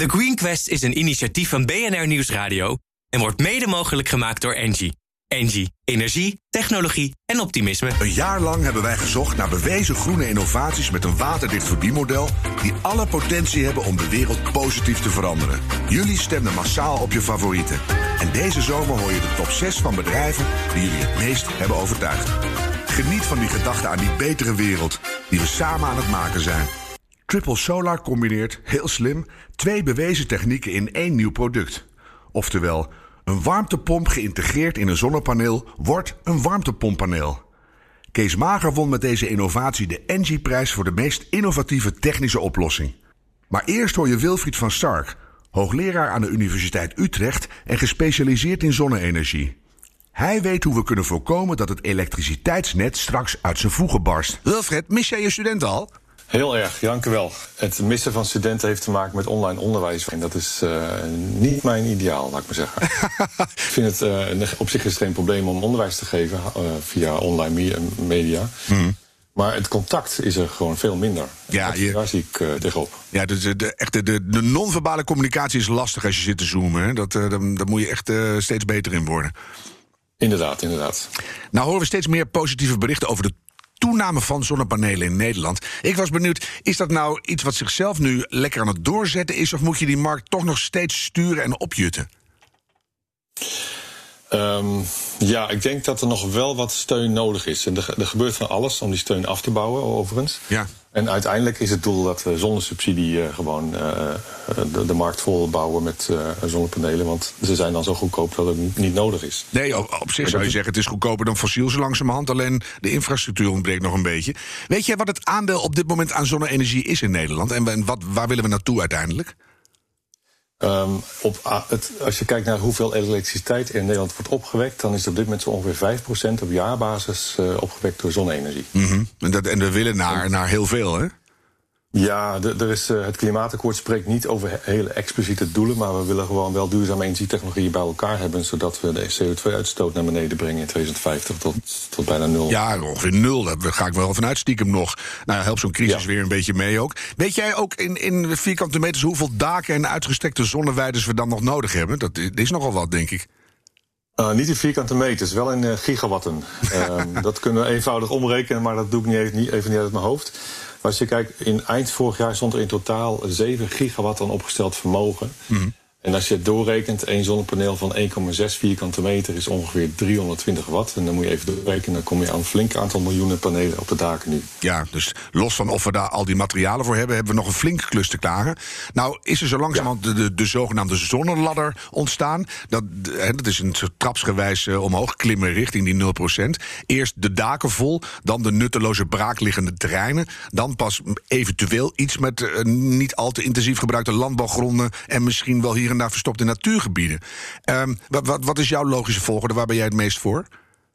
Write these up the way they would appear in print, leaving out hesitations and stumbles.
The Green Quest is een initiatief van BNR Nieuwsradio en wordt mede mogelijk gemaakt door Engie. Engie, energie, technologie en optimisme. Een jaar lang hebben wij gezocht naar bewezen groene innovaties met een waterdicht verdienmodel die alle potentie hebben om de wereld positief te veranderen. Jullie stemden massaal op je favorieten. En deze zomer hoor je de top 6 van bedrijven die jullie het meest hebben overtuigd. Geniet van die gedachte aan die betere wereld die we samen aan het maken zijn. Triple Solar combineert, heel slim, 2 bewezen technieken in 1 nieuw product. Oftewel, een warmtepomp geïntegreerd in een zonnepaneel wordt een warmtepomppaneel. Kees Mager won met deze innovatie de Engie-prijs voor de meest innovatieve technische oplossing. Maar eerst hoor je Wilfried van Stark, hoogleraar aan de Universiteit Utrecht en gespecialiseerd in zonne-energie. Hij weet hoe we kunnen voorkomen dat het elektriciteitsnet straks uit zijn voegen barst. Wilfried, mis jij je studenten al? Heel erg, dank u wel. Het missen van studenten heeft te maken met online onderwijs. En dat is niet mijn ideaal, laat ik maar zeggen. Ik vind het op zich is het geen probleem om onderwijs te geven via online media. Mm. Maar het contact is er gewoon veel minder. Ja, daar zie ik tegenop. Ja, de non-verbale communicatie is lastig als je zit te zoomen. Hè? Daar moet je echt steeds beter in worden. Inderdaad. Nou horen we steeds meer positieve berichten over de toename van zonnepanelen in Nederland. Ik was benieuwd, is dat nou iets wat zichzelf nu lekker aan het doorzetten is, of moet je die markt toch nog steeds sturen en opjutten? Ja, ik denk dat er nog wel wat steun nodig is. En er gebeurt van alles om die steun af te bouwen, overigens. Ja. En uiteindelijk is het doel dat zonder subsidie gewoon de markt vol bouwen met zonnepanelen. Want ze zijn dan zo goedkoop dat het niet nodig is. Nee, op zich zou je zeggen het is goedkoper dan fossiel zo langzamerhand. Alleen de infrastructuur ontbreekt nog een beetje. Weet jij wat het aandeel op dit moment aan zonne-energie is in Nederland? En waar willen we naartoe uiteindelijk? Als je kijkt naar hoeveel elektriciteit er in Nederland wordt opgewekt, dan is het op dit moment zo ongeveer 5% op jaarbasis opgewekt door zonne-energie. Mm-hmm. En we willen naar heel veel, hè? Ja, het klimaatakkoord spreekt niet over hele expliciete doelen, maar we willen gewoon wel duurzame energietechnologieën bij elkaar hebben, zodat we de CO2-uitstoot naar beneden brengen in 2050 tot bijna 0. Ja, ongeveer 0. Daar ga ik wel vanuit stiekem nog. Nou, helpt zo'n crisis weer een beetje mee ook. Weet jij ook in vierkante meters hoeveel daken en uitgestrekte zonneweiders we dan nog nodig hebben? Dat is nogal wat, denk ik. Niet in vierkante meters, wel in gigawatten. Dat kunnen we eenvoudig omrekenen, maar dat doe ik even niet uit mijn hoofd. Maar als je kijkt, eind vorig jaar stond er in totaal 7 gigawatt aan opgesteld vermogen. Mm. En als je het doorrekent, 1 zonnepaneel van 1,6 vierkante meter is ongeveer 320 watt. En dan moet je even doorrekenen, dan kom je aan een flink aantal miljoenen panelen op de daken nu. Ja, dus los van of we daar al die materialen voor hebben, hebben we nog een flink klus te klaren. Nou, is er zo langzamerhand de zogenaamde zonneladder ontstaan. Dat is een soort trapsgewijs omhoog klimmen richting die 0%. Eerst de daken vol, dan de nutteloze braakliggende terreinen. Dan pas eventueel iets met niet al te intensief gebruikte landbouwgronden en misschien wel hier en daar verstopte natuurgebieden. Wat is jouw logische volgorde? Waar ben jij het meest voor?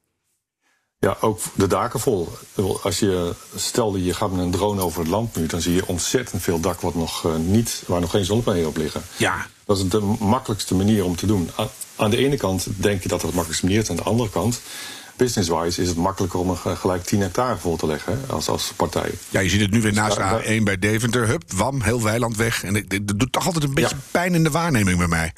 Ja, ook de daken vol. Stel dat je gaat met een drone over het land nu, dan zie je ontzettend veel dak waar nog geen zonnepanelen op liggen. Ja. Dat is de makkelijkste manier om te doen. Aan de ene kant denk je dat het de makkelijkste manier is. Aan de andere kant, business-wise, is het makkelijker om gelijk 10 hectare vol te leggen als partij. Ja, je ziet het nu weer naast de A1 bij Deventer. Hup, wam, heel weiland weg. En dat doet toch altijd een beetje pijn in de waarneming bij mij.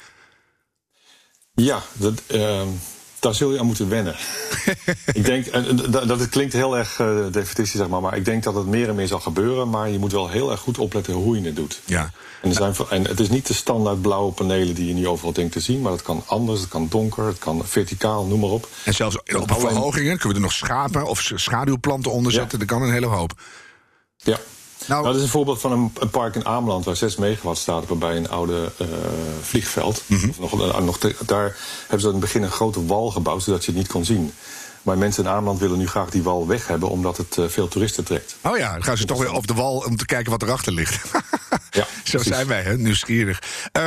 Ja, daar zul je aan moeten wennen. Ik denk, dat het klinkt heel erg defetistisch, zeg maar ik denk dat het meer en meer zal gebeuren, maar je moet wel heel erg goed opletten hoe je het doet. Ja. En het is niet de standaard blauwe panelen die je niet overal denkt te zien, maar het kan anders, het kan donker, het kan verticaal, noem maar op. En zelfs op verhogingen kunnen we er nog schapen of schaduwplanten onder zetten, dat kan een hele hoop. Ja. Nou, dat is een voorbeeld van een park in Ameland waar 6 megawatt staat, waarbij een oude vliegveld. Mm-hmm. Daar hebben ze in het begin een grote wal gebouwd, zodat je het niet kon zien. Maar mensen in Ameland willen nu graag die wal weg hebben, omdat het veel toeristen trekt. Oh ja, dan gaan ze toch weer op de wal om te kijken wat erachter ligt. Ja, zo precies. Zijn wij, hè? Nieuwsgierig.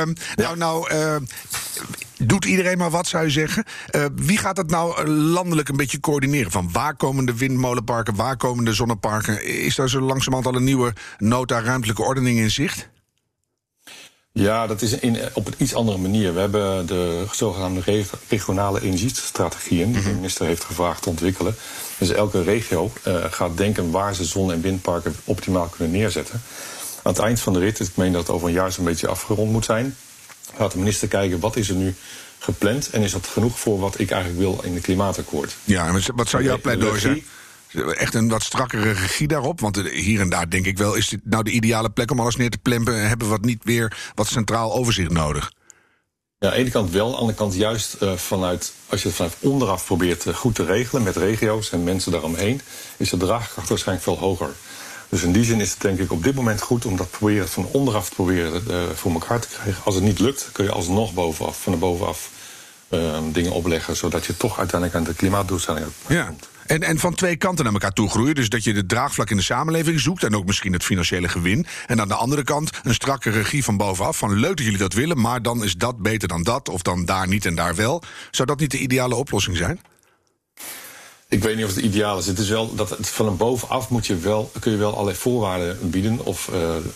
Doet iedereen maar wat, zou je zeggen? Wie gaat dat nou landelijk een beetje coördineren? Van waar komen de windmolenparken, waar komen de zonneparken? Is daar zo langzamerhand al een nieuwe nota ruimtelijke ordening in zicht? Ja, dat is op een iets andere manier. We hebben de zogenaamde regionale energiestrategieën die de minister heeft gevraagd te ontwikkelen. Dus elke regio gaat denken waar ze zon- en windparken optimaal kunnen neerzetten. Aan het eind van de rit, ik meen dat het over een jaar zo'n beetje afgerond moet zijn, gaat de minister kijken wat is er nu gepland en is dat genoeg voor wat ik eigenlijk wil in het klimaatakkoord. Ja, en wat zou jouw pleidooi zijn? Echt een wat strakkere regie daarop? Want hier en daar denk ik wel, is dit nou de ideale plek om alles neer te plempen? Hebben we wat niet weer wat centraal overzicht nodig? Ja, aan de ene kant wel, aan de andere kant juist als je het vanaf onderaf probeert goed te regelen met regio's en mensen daaromheen, is de draagkracht waarschijnlijk veel hoger. Dus in die zin is het denk ik op dit moment goed om dat proberen van onderaf te proberen voor elkaar te krijgen. Als het niet lukt, kun je alsnog van bovenaf dingen opleggen, zodat je toch uiteindelijk aan de klimaatdoelstellingen komt. En van twee kanten naar elkaar toe groeien. Dus dat je de draagvlak in de samenleving zoekt en ook misschien het financiële gewin. En aan de andere kant een strakke regie van bovenaf. Van leuk dat jullie dat willen, maar dan is dat beter dan dat. Of dan daar niet en daar wel. Zou dat niet de ideale oplossing zijn? Ik weet niet of het ideaal is. Het is wel dat van een bovenaf kun je wel allerlei voorwaarden bieden of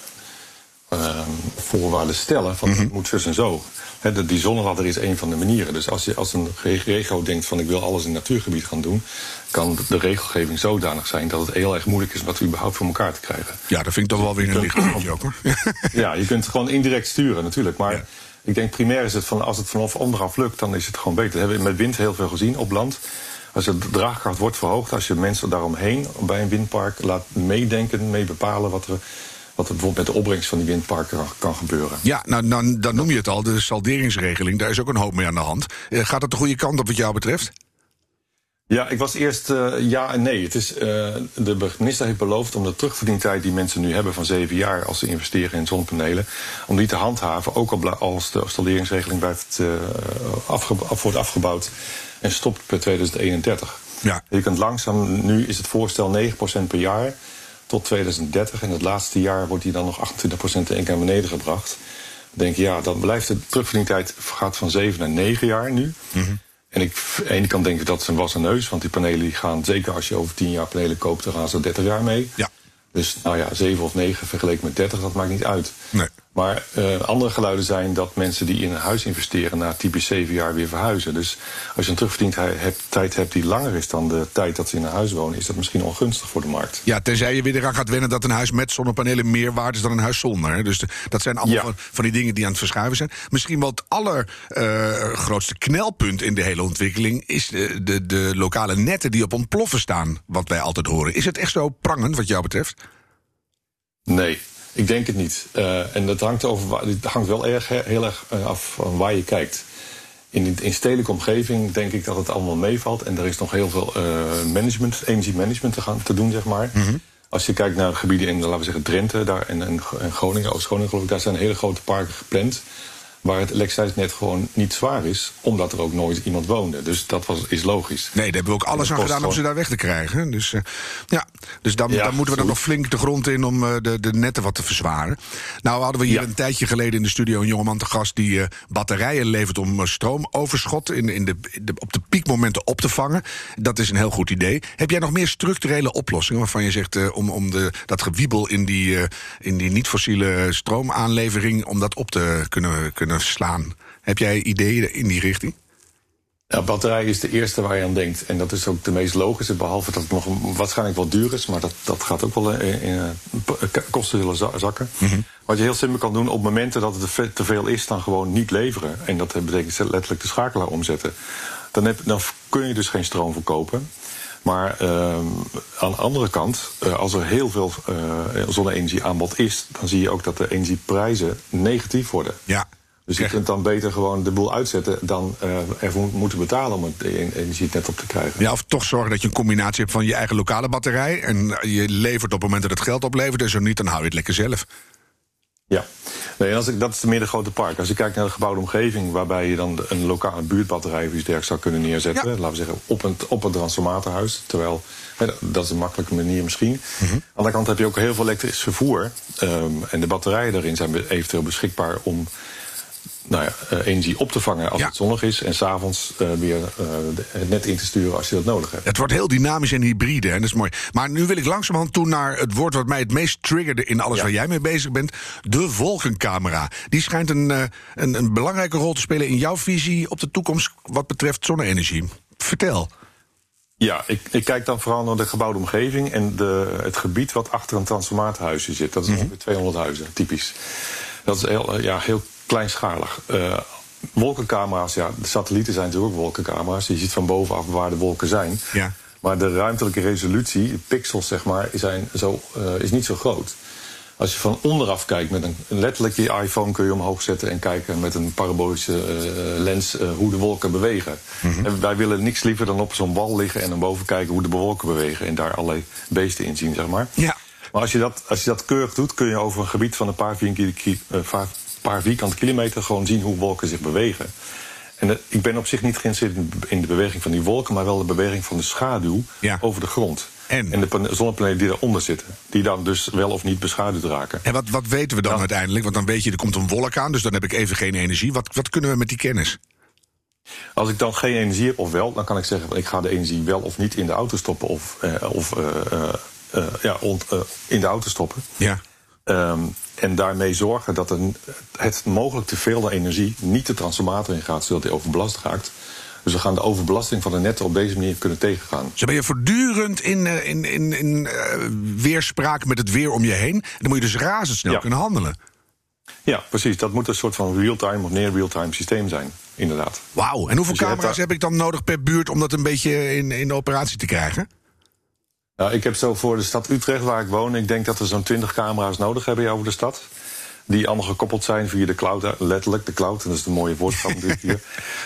voorwaarden stellen. Van het moet zus en zo. Die zonneladder is een van de manieren. Dus als een regio denkt van ik wil alles in natuurgebied gaan doen, kan de regelgeving zodanig zijn dat het heel erg moeilijk is om dat überhaupt voor elkaar te krijgen. Ja, dat vind ik toch wel weer een lichtpuntje ook, hoor. Ja, je kunt het gewoon indirect sturen natuurlijk. Maar ik denk primair is het van als het vanaf onderaf lukt, dan is het gewoon beter. Dat hebben we met wind heel veel gezien op land. Als de draagkracht wordt verhoogd, als je mensen daaromheen bij een windpark laat meedenken, mee bepalen wat er bijvoorbeeld met de opbrengst van die windparken kan gebeuren. Ja, nou, dan noem je het al, de salderingsregeling. Daar is ook een hoop mee aan de hand. Gaat het de goede kant op wat jou betreft? Ja, ik was eerst ja en nee. De minister heeft beloofd om de terugverdientijd die mensen nu hebben van 7 jaar als ze investeren in zonnepanelen, om die te handhaven, ook als de salderingsregeling wordt afgebouwd en stopt per 2031. Ja. Je kunt langzaam, nu is het voorstel 9% per jaar tot 2030. En het laatste jaar wordt die dan nog 28% in één keer naar beneden gebracht. Dan denk je, dan blijft de terugverdientijd gaat van 7 naar 9 jaar nu. Mm-hmm. En aan de ene kant denk ik dat is een was en neus, want die panelen die gaan, zeker als je over 10 jaar panelen koopt, dan gaan ze 30 jaar mee. Ja. Dus 7 of 9 vergeleken met 30, dat maakt niet uit. Nee. Maar andere geluiden zijn dat mensen die in een huis investeren na typisch 7 jaar weer verhuizen. Dus als je een terugverdientijd hebt die langer is dan de tijd dat ze in een huis wonen, is dat misschien ongunstig voor de markt. Ja, tenzij je weer eraan gaat wennen dat een huis met zonnepanelen meer waard is dan een huis zonder. Hè? Dus dat zijn allemaal van die dingen die aan het verschuiven zijn. Misschien wel het allergrootste knelpunt in de hele ontwikkeling is de lokale netten die op ontploffen staan, wat wij altijd horen. Is het echt zo prangend wat jou betreft? Nee. Ik denk het niet. En dat hangt wel heel erg af van waar je kijkt. In stedelijke omgeving denk ik dat het allemaal meevalt. En er is nog heel veel energiemanagement te doen, zeg maar. Mm-hmm. Als je kijkt naar gebieden in, laten we zeggen, Drenthe daar en Groningen, Oost-Groningen geloof ik, daar zijn hele grote parken gepland waar het elektriciteitsnet gewoon niet zwaar is, omdat er ook nooit iemand woonde. Dus dat is logisch. Nee, daar hebben we ook alles aan gedaan om ze daar weg te krijgen. Dus dan moeten we dan nog flink de grond in om de netten wat te verzwaren. Nou hadden we hier een tijdje geleden in de studio een jongeman te gast die batterijen levert om stroomoverschot op de piekmomenten op te vangen. Dat is een heel goed idee. Heb jij nog meer structurele oplossingen waarvan je zegt om dat gewiebel in die niet-fossiele stroomaanlevering, om dat op te kunnen slaan? Heb jij ideeën in die richting? Ja, batterij is de eerste waar je aan denkt. En dat is ook de meest logische, behalve dat het nog waarschijnlijk wel duur is, maar dat gaat ook wel kosten zullen zakken. Mm-hmm. Wat je heel simpel kan doen, op momenten dat het te veel is, dan gewoon niet leveren. En dat betekent letterlijk de schakelaar omzetten. Dan kun je dus geen stroom verkopen. Maar aan de andere kant, als er heel veel zonne-energie aanbod is, dan zie je ook dat de energieprijzen negatief worden. Ja. Dus je kunt dan beter gewoon de boel uitzetten dan ervoor moeten betalen om het energie net op te krijgen. Ja, of toch zorgen dat je een combinatie hebt van je eigen lokale batterij en je levert op het moment dat het geld oplevert, en zo niet, dan hou je het lekker zelf. Ja, dat is meer de grote park. Als je kijkt naar de gebouwde omgeving, waarbij je dan een lokale buurtbatterij of iets dergelijks zou kunnen neerzetten, laten we zeggen, op een transformatorhuis. Terwijl, dat is een makkelijke manier misschien. Mm-hmm. Aan de andere kant heb je ook heel veel elektrisch vervoer. En de batterijen daarin zijn eventueel beschikbaar om energie op te vangen als het zonnig is, en 's avonds weer het net in te sturen als je dat nodig hebt. Het wordt heel dynamisch en hybride, en dat is mooi. Maar nu wil ik langzamerhand toe naar het woord wat mij het meest triggerde in alles waar jij mee bezig bent: de wolkencamera. Die schijnt een belangrijke rol te spelen in jouw visie op de toekomst wat betreft zonne-energie. Vertel. Ja, ik kijk dan vooral naar de gebouwde omgeving en het gebied wat achter een transformatorhuisje zit. Dat is ongeveer 200 huizen, typisch. Dat is heel kleinschalig. Wolkencamera's, de satellieten zijn natuurlijk ook wolkencamera's. Je ziet van bovenaf waar de wolken zijn. Ja. Maar de ruimtelijke resolutie, de pixels zeg maar, is niet zo groot. Als je van onderaf kijkt, met letterlijk je iPhone kun je omhoog zetten en kijken met een parabolische lens hoe de wolken bewegen. En wij willen niks liever dan op zo'n wal liggen en dan boven kijken hoe de wolken bewegen en daar allerlei beesten in zien, zeg maar. Ja. Maar als je dat keurig doet, kun je over een gebied van een paar vierkante kilometer gewoon zien hoe wolken zich bewegen. En ik ben op zich niet geïnteresseerd in de beweging van die wolken, maar wel de beweging van de schaduw over de grond. En de zonnepanelen die daaronder zitten, die dan dus wel of niet beschaduwd raken. En wat weten we dan uiteindelijk? Want dan weet je, er komt een wolk aan, dus dan heb ik even geen energie. Wat kunnen we met die kennis? Als ik dan geen energie heb of wel, dan kan ik zeggen, ik ga de energie wel of niet in de auto stoppen in de auto stoppen. Ja. En daarmee zorgen dat het mogelijk te veel energie niet de transformator in gaat, zodat hij overbelast raakt. Dus we gaan de overbelasting van de netten op deze manier kunnen tegengaan. Zo ben je voortdurend in weerspraak met het weer om je heen. Dan moet je dus razendsnel kunnen handelen. Ja, precies. Dat moet een soort van real-time of near-real-time systeem zijn, inderdaad. Wauw, en hoeveel camera's heb ik dan nodig per buurt om dat een beetje in operatie te krijgen? Nou, ik heb zo voor de stad Utrecht, waar ik woon, ik denk dat we zo'n 20 camera's nodig hebben over de stad. Die allemaal gekoppeld zijn via de cloud, letterlijk de cloud. En dat is de mooie woordschap natuurlijk hier.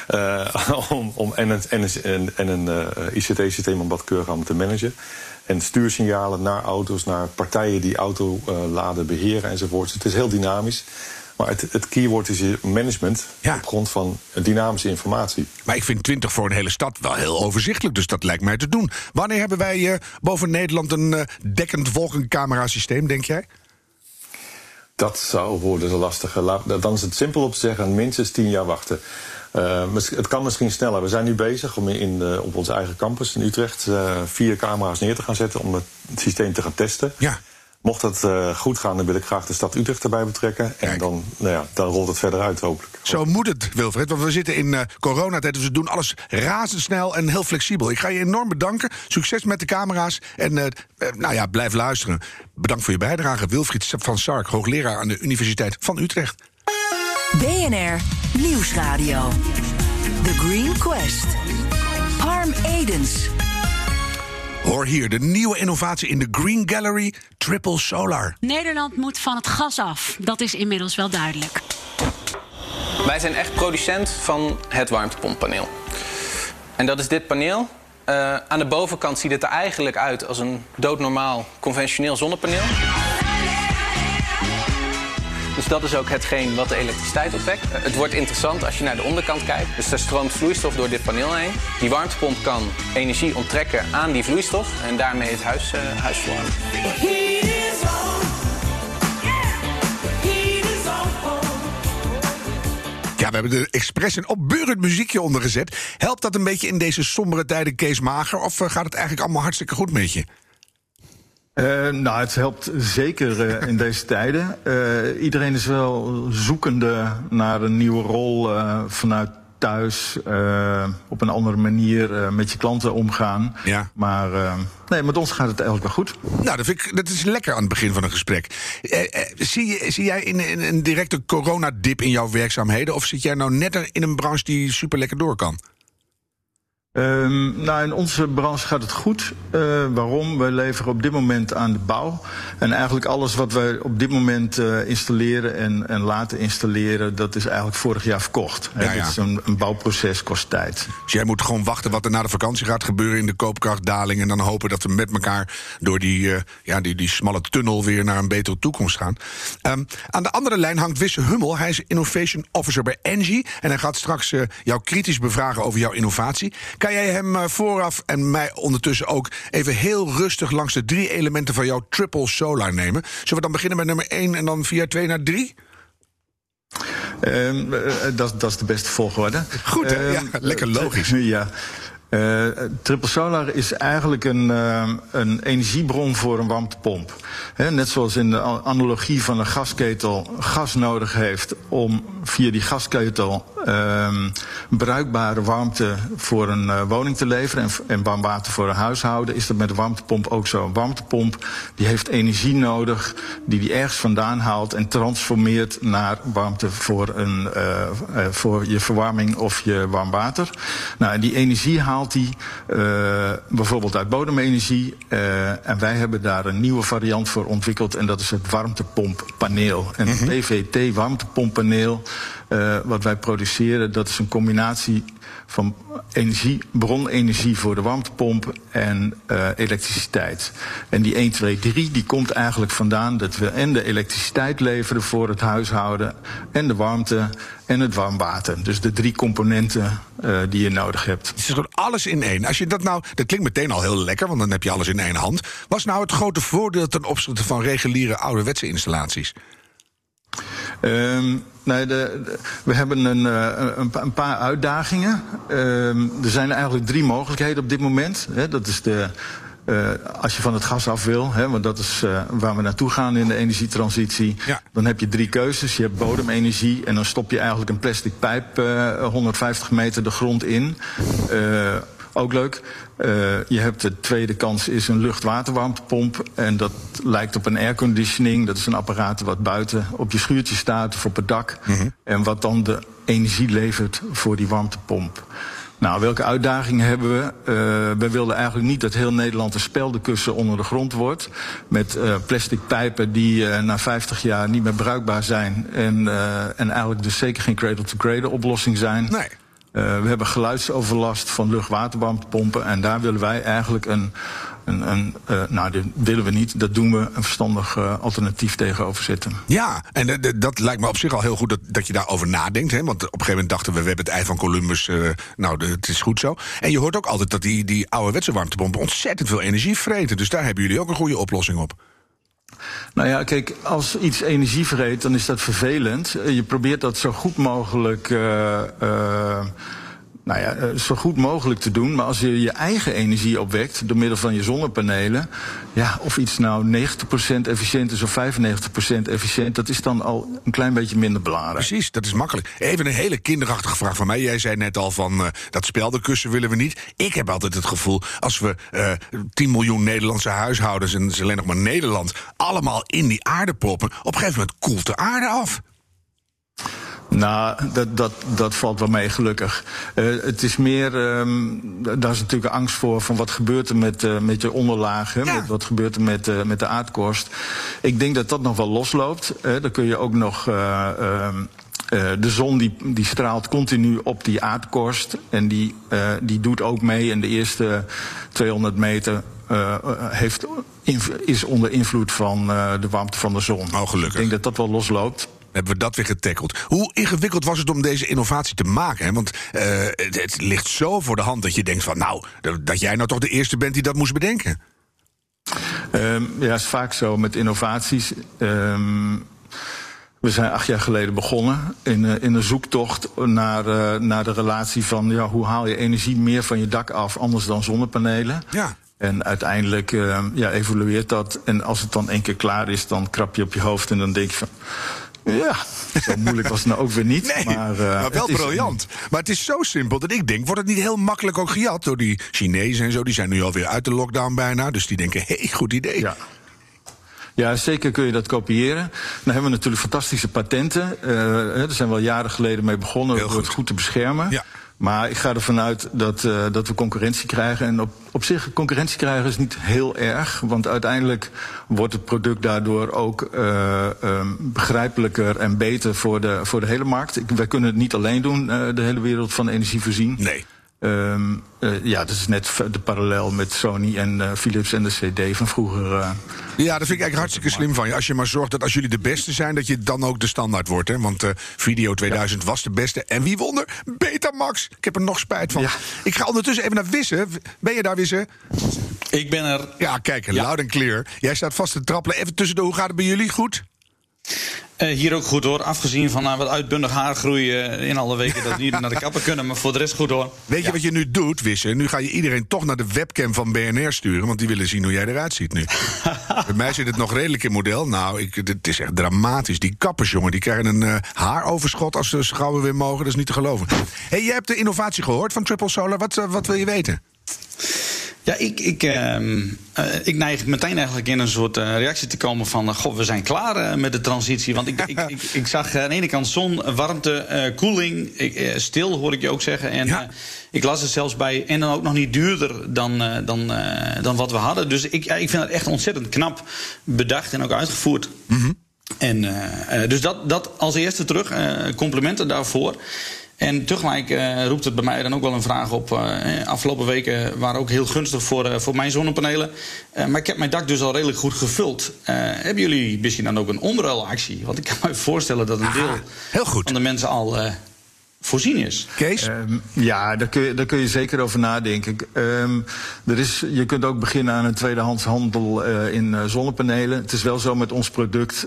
En een ICT-systeem om dat keurig allemaal te managen. En stuursignalen naar auto's, naar partijen die autoladen beheren enzovoort. Het is heel dynamisch. Maar het keyword is management op grond van dynamische informatie. Maar ik vind 20 voor een hele stad wel heel overzichtelijk, dus dat lijkt mij te doen. Wanneer hebben wij boven Nederland een dekkend wolkencamerasysteem, denk jij? Dat zou worden zo lastig. Dan is het simpel op te zeggen, minstens 10 jaar wachten. Het kan misschien sneller. We zijn nu bezig om op onze eigen campus in Utrecht 4 camera's neer te gaan zetten om het systeem te gaan testen. Ja. Mocht dat goed gaan, dan wil ik graag de stad Utrecht erbij betrekken. Kijk. En dan rolt het verder uit, hopelijk. Zo moet het, Wilfred, want we zitten in coronatijd, dus we doen alles razendsnel en heel flexibel. Ik ga je enorm bedanken. Succes met de camera's en blijf luisteren. Bedankt voor je bijdrage, Wilfried van Sark, hoogleraar aan de Universiteit van Utrecht. BNR Nieuwsradio. The Green Quest. Harm Edens. Hoor hier, de nieuwe innovatie in de Green Gallery, Triple Solar. Nederland moet van het gas af. Dat is inmiddels wel duidelijk. Wij zijn echt producent van het warmtepomppaneel. En dat is dit paneel. Aan de bovenkant ziet het er eigenlijk uit als een doodnormaal conventioneel zonnepaneel. Dus dat is ook hetgeen wat de elektriciteit opwekt. Het wordt interessant als je naar de onderkant kijkt. Dus er stroomt vloeistof door dit paneel heen. Die warmtepomp kan energie onttrekken aan die vloeistof en daarmee het huis verwarmen. Ja, we hebben er expres een opbeurend muziekje onder gezet. Helpt dat een beetje in deze sombere tijden, Kees Mager? Of gaat het eigenlijk allemaal hartstikke goed met je? Het helpt zeker in deze tijden. Iedereen is wel zoekende naar een nieuwe rol vanuit thuis. Op een andere manier met je klanten omgaan. Ja. Maar met ons gaat het eigenlijk wel goed. Nou, dat is lekker aan het begin van een gesprek. Zie jij in een directe coronadip in jouw werkzaamheden? Of zit jij nou net in een branche die super lekker door kan? In onze branche gaat het goed. Waarom? Wij leveren op dit moment aan de bouw. En eigenlijk alles wat wij op dit moment installeren en laten installeren, dat is eigenlijk vorig jaar verkocht. Ja. Dit is een bouwproces, kost tijd. Dus jij moet gewoon wachten wat er na de vakantie gaat gebeuren in de koopkrachtdaling en dan hopen dat we met elkaar door die smalle tunnel weer naar een betere toekomst gaan. Aan de andere lijn hangt Wisse Hummel. Hij is Innovation Officer bij Engie en hij gaat straks jou kritisch bevragen over jouw innovatie. Kan jij hem vooraf en mij ondertussen ook even heel rustig langs de 3 elementen van jouw Triple Solar nemen? Zullen we dan beginnen met nummer 1 en dan via 2 naar 3? Dat is de beste volgorde. Goed, hè? Lekker logisch. Ja. Triple solar is eigenlijk een energiebron voor een warmtepomp. Net zoals in de analogie van een gasketel gas nodig heeft om via die gasketel bruikbare warmte voor een woning te leveren en warm water voor een huishouden, is dat met de warmtepomp ook zo. Een warmtepomp die heeft energie nodig die ergens vandaan haalt en transformeert naar warmte voor je verwarming of je warm water. Nou, die energie haalt hij bijvoorbeeld uit bodemenergie. En wij hebben daar een nieuwe variant voor ontwikkeld en dat is het warmtepomppaneel. En het PVT warmtepomppaneel wat wij produceren, dat is een combinatie van bronenergie voor de warmtepomp en elektriciteit. En die 1, 2, 3 die komt eigenlijk vandaan dat we en de elektriciteit leveren voor het huishouden en de warmte en het warm water. Dus de 3 componenten die je nodig hebt. Het is gewoon alles in één. Als je dat klinkt meteen al heel lekker, want dan heb je alles in één hand. Wat is nou het grote voordeel ten opzichte van reguliere ouderwetse installaties? We hebben een paar uitdagingen. Er zijn eigenlijk 3 mogelijkheden op dit moment. Dat is als je van het gas af wil, want dat is waar we naartoe gaan in de energietransitie. Ja. Dan heb je 3 keuzes. Je hebt bodemenergie en dan stop je eigenlijk een plastic pijp 150 meter de grond in. Ook leuk. Je hebt de tweede kans is een lucht-waterwarmtepomp. En dat lijkt op een airconditioning. Dat is een apparaat wat buiten op je schuurtje staat of op het dak. En wat dan de energie levert voor die warmtepomp. Nou, welke uitdagingen hebben we? We wilden eigenlijk niet dat heel Nederland een speldenkussen onder de grond wordt. Met plastic pijpen die na 50 jaar niet meer bruikbaar zijn. En eigenlijk dus zeker geen cradle-to-cradle oplossing zijn. Nee. We hebben geluidsoverlast van lucht-waterwarmtepompen. En daar willen wij eigenlijk dat willen we niet. Dat doen we een verstandig alternatief tegenover zetten. Ja, en dat lijkt me op zich al heel goed dat je daarover nadenkt. Hè? Want op een gegeven moment dachten we hebben het ei van Columbus. Het is goed zo. En je hoort ook altijd dat die ouderwetse warmtepompen ontzettend veel energie vreten. Dus daar hebben jullie ook een goede oplossing op. Nou ja, kijk, als iets energie vreet, dan is dat vervelend. Je probeert dat zo goed mogelijk zo goed mogelijk te doen. Maar als je je eigen energie opwekt door middel van je zonnepanelen, ja, of iets nou 90% efficiënt is of 95% efficiënt, dat is dan al een klein beetje minder belangrijk. Precies, dat is makkelijk. Even een hele kinderachtige vraag van mij. Jij zei net al van dat speldenkussen willen we niet. Ik heb altijd het gevoel, als we 10 miljoen Nederlandse huishoudens, en het is alleen nog maar Nederland, allemaal in die aarde proppen, op een gegeven moment koelt de aarde af. Nou, dat valt wel mee, gelukkig. Het is meer, daar is natuurlijk angst voor van wat gebeurt er met je onderlaag, met wat gebeurt er met de aardkorst. Ik denk dat dat nog wel losloopt. Dan kun je ook nog de zon die straalt continu op die aardkorst en die doet ook mee in de eerste 200 meter. Is onder invloed van de warmte van de zon. Oh, gelukkig. Ik denk dat dat wel losloopt. Hebben we dat weer getackeld. Hoe ingewikkeld was het om deze innovatie te maken? Hè? Want het ligt zo voor de hand dat je denkt van, nou, dat jij nou toch de eerste bent die dat moest bedenken. Ja, is vaak zo met innovaties. We zijn 8 jaar geleden begonnen in een zoektocht naar de relatie van, hoe haal je energie meer van je dak af, anders dan zonnepanelen. Ja. En uiteindelijk evolueert dat. En als het dan 1 keer klaar is, dan krap je op je hoofd en dan denk je van, ja, zo moeilijk was het nou ook weer niet. Nee, maar wel briljant. Maar het is zo simpel dat ik denk, wordt het niet heel makkelijk ook gejat door die Chinezen en zo? Die zijn nu alweer uit de lockdown bijna, dus die denken, goed idee. Ja. Ja, zeker kun je dat kopiëren. Dan hebben we natuurlijk fantastische patenten. Daar zijn we al jaren geleden mee begonnen door het goed te beschermen. Ja. Maar ik ga ervan uit dat we concurrentie krijgen. En op zich, concurrentie krijgen is niet heel erg. Want uiteindelijk wordt het product daardoor ook begrijpelijker en beter voor de hele markt. Wij kunnen het niet alleen doen, de hele wereld van energie voorzien. Nee. Dat is net de parallel met Sony en Philips en de CD van vroeger. Ja, dat vind ik eigenlijk hartstikke slim van je. Als je maar zorgt dat als jullie de beste zijn, dat je dan ook de standaard wordt. Hè? Want Video 2000 was de beste. En wie won er? Betamax. Ik heb er nog spijt van. Ja. Ik ga ondertussen even naar Wisse. Ben je daar, Wisse? Ik ben er. Ja, kijk, loud en clear. Jij staat vast te trappelen. Even tussendoor, hoe gaat het bij jullie? Goed? Hier ook goed hoor. Afgezien van wat uitbundig haargroei in alle weken dat we niet naar de kapper kunnen. Maar voor de rest goed hoor. Weet je wat je nu doet, Wisse? Nu ga je iedereen toch naar de webcam van BNR sturen. Want die willen zien hoe jij eruit ziet nu. Bij mij zit het nog redelijk in model. Nou, het is echt dramatisch. Die kappers, jongen, die krijgen een haaroverschot als ze gauw weer mogen. Dat is niet te geloven. Hey, jij hebt de innovatie gehoord van Triple Solar. Wat wil je weten? Ja, ik neig meteen eigenlijk in een soort reactie te komen van... goh, we zijn klaar met de transitie. Want ik zag aan de ene kant zon, warmte, koeling, stil hoor ik je ook zeggen. En ik las er zelfs bij, en dan ook nog niet duurder dan wat we hadden. Dus ik vind het echt ontzettend knap bedacht en ook uitgevoerd. Mm-hmm. En dus dat als eerste terug, complimenten daarvoor. En tegelijk roept het bij mij dan ook wel een vraag op. Afgelopen weken waren ook heel gunstig voor mijn zonnepanelen. Maar ik heb mijn dak dus al redelijk goed gevuld. Hebben jullie misschien dan ook een omruilactie? Want ik kan me voorstellen dat een deel heel goed van de mensen al voorzien is. Kees? Ja, daar kun je zeker over nadenken. Je kunt ook beginnen aan een tweedehands handel in zonnepanelen. Het is wel zo met ons product...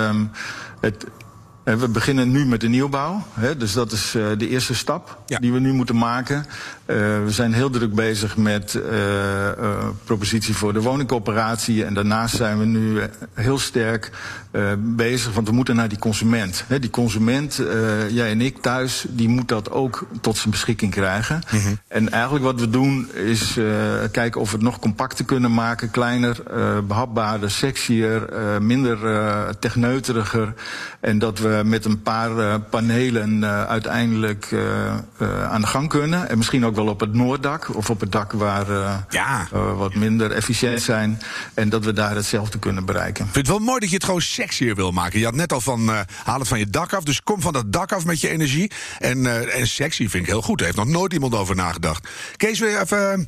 We beginnen nu met de nieuwbouw. Dus dat is de eerste stap die we nu moeten maken. We zijn heel druk bezig met propositie voor de woningcoöperatie. En daarnaast zijn we nu heel sterk bezig. Want we moeten naar die consument. Die consument, jij en ik thuis, die moet dat ook tot zijn beschikking krijgen. Mm-hmm. En eigenlijk wat we doen is kijken of we het nog compacter kunnen maken. Kleiner, behapbaarder, sexier, minder techneuteriger. En dat we met een paar panelen uiteindelijk aan de gang kunnen. En misschien ook wel op het Noorddak of op het dak waar wat minder efficiënt zijn. En dat we daar hetzelfde kunnen bereiken. Ik vind het wel mooi dat je het gewoon sexier wil maken. Je had net al van haal het van je dak af. Dus kom van dat dak af met je energie. En sexy vind ik heel goed. Daar heeft nog nooit iemand over nagedacht. Kees, weer even...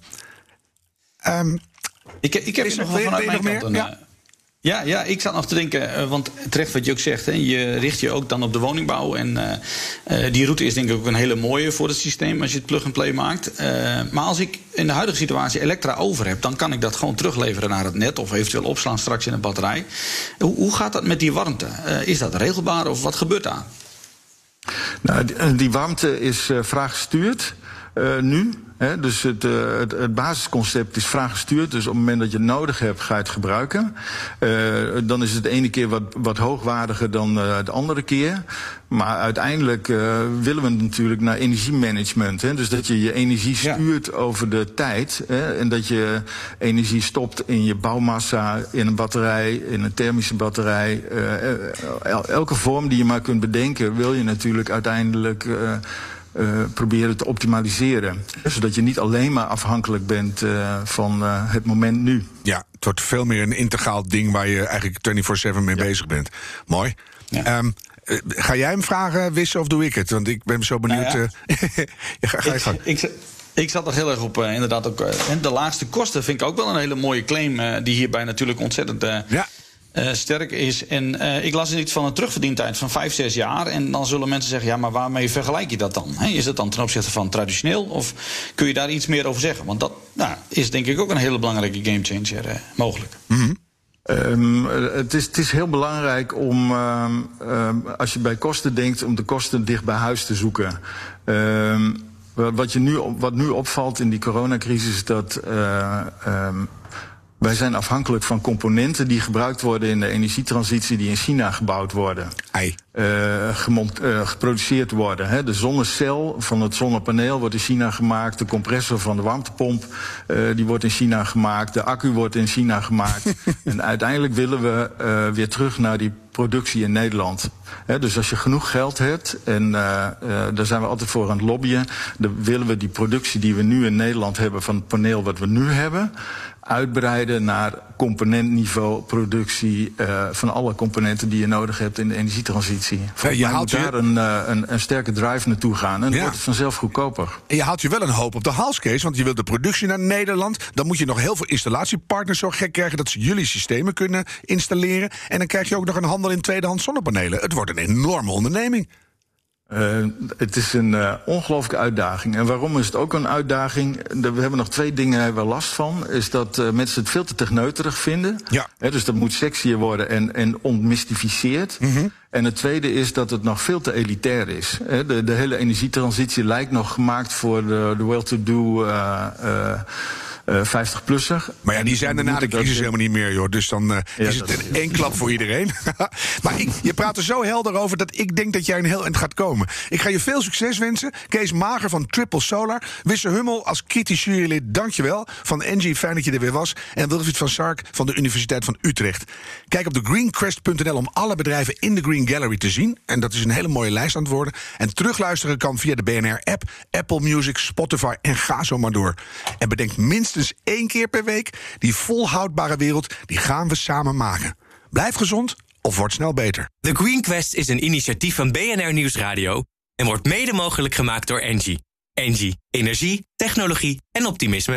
Ik heb nog wel vanuit mijn kant Ja, ik zat nog te denken, want terecht wat je ook zegt... je richt je ook dan op de woningbouw. En die route is denk ik ook een hele mooie voor het systeem... als je het plug-and-play maakt. Maar als ik in de huidige situatie elektra over heb... dan kan ik dat gewoon terugleveren naar het net... of eventueel opslaan straks in een batterij. Hoe gaat dat met die warmte? Is dat regelbaar of wat gebeurt daar? Nou, die warmte is vraaggestuurd nu... Dus het basisconcept is vraaggestuurd. Dus op het moment dat je het nodig hebt, ga je het gebruiken. Dan is het de ene keer wat hoogwaardiger dan de andere keer. Maar uiteindelijk willen we natuurlijk naar energiemanagement. Dus dat je je energie stuurt over de tijd. En dat je energie stopt in je bouwmassa, in een batterij, in een thermische batterij. Elke vorm die je maar kunt bedenken, wil je natuurlijk uiteindelijk... proberen te optimaliseren. Zodat je niet alleen maar afhankelijk bent van het moment nu. Ja, het wordt veel meer een integraal ding... waar je eigenlijk 24/7 mee bezig bent. Mooi. Ja. Ga jij hem vragen, Wisse, of doe ik het? Want ik ben zo benieuwd. Nou ja. Ik zat nog heel erg op, inderdaad ook... de laagste kosten vind ik ook wel een hele mooie claim... die hierbij natuurlijk ontzettend... sterk is. En ik las iets van een terugverdientijd van 5-6 jaar. En dan zullen mensen zeggen, ja, maar waarmee vergelijk je dat dan? Is dat dan ten opzichte van traditioneel? Of kun je daar iets meer over zeggen? Want dat is denk ik ook een hele belangrijke gamechanger mogelijk. Mm-hmm. Het is heel belangrijk om, als je bij kosten denkt... om de kosten dicht bij huis te zoeken. Wat nu opvalt in die coronacrisis is dat... wij zijn afhankelijk van componenten die gebruikt worden in de energietransitie... die in China gebouwd worden. Geproduceerd worden. De zonnecel van het zonnepaneel wordt in China gemaakt. De compressor van de warmtepomp die wordt in China gemaakt. De accu wordt in China gemaakt. En uiteindelijk willen we weer terug naar die productie in Nederland. Dus als je genoeg geld hebt, en daar zijn we altijd voor aan het lobbyen... dan willen we die productie die we nu in Nederland hebben... van het paneel wat we nu hebben... uitbreiden naar componentniveau productie... van alle componenten die je nodig hebt in de energietransitie. Je haalt daar een sterke drive naartoe gaan. En dan wordt het vanzelf goedkoper. En je haalt je wel een hoop op de hals, Kees. Want je wilt de productie naar Nederland. Dan moet je nog heel veel installatiepartners zo gek krijgen... dat ze jullie systemen kunnen installeren. En dan krijg je ook nog een handel in tweedehands zonnepanelen. Het wordt een enorme onderneming. Het is een ongelooflijke uitdaging. En waarom is het ook een uitdaging? We hebben nog 2 dingen waar we last van. Is dat mensen het veel te techneuterig vinden. Ja. Dus dat moet sexier worden en ontmystificeerd. Mm-hmm. En het tweede is dat het nog veel te elitair is. De hele energietransitie lijkt nog gemaakt voor de well-to-do 50-plusser. Maar ja, die zijn er na de crisis helemaal niet meer, joh. Dus dan is het één klap voor iedereen. Maar je praat er zo helder over dat ik denk dat jij een heel eind gaat komen. Ik ga je veel succes wensen. Kees Mager van Triple Solar. Wisse Hummel als kritisch jurylid, dankjewel. Van Engie, fijn dat je er weer was. En Wilfried van Sark van de Universiteit van Utrecht. Kijk op thegreenquest.nl om alle bedrijven in de Green Gallery te zien. En dat is een hele mooie lijst aan het worden. En terugluisteren kan via de BNR-app, Apple Music, Spotify en ga zo maar door. En bedenk minstens 1 keer per week, die volhoudbare wereld, die gaan we samen maken. Blijf gezond of word snel beter. The Green Quest is een initiatief van BNR Nieuwsradio en wordt mede mogelijk gemaakt door Engie. Engie, energie, technologie en optimisme.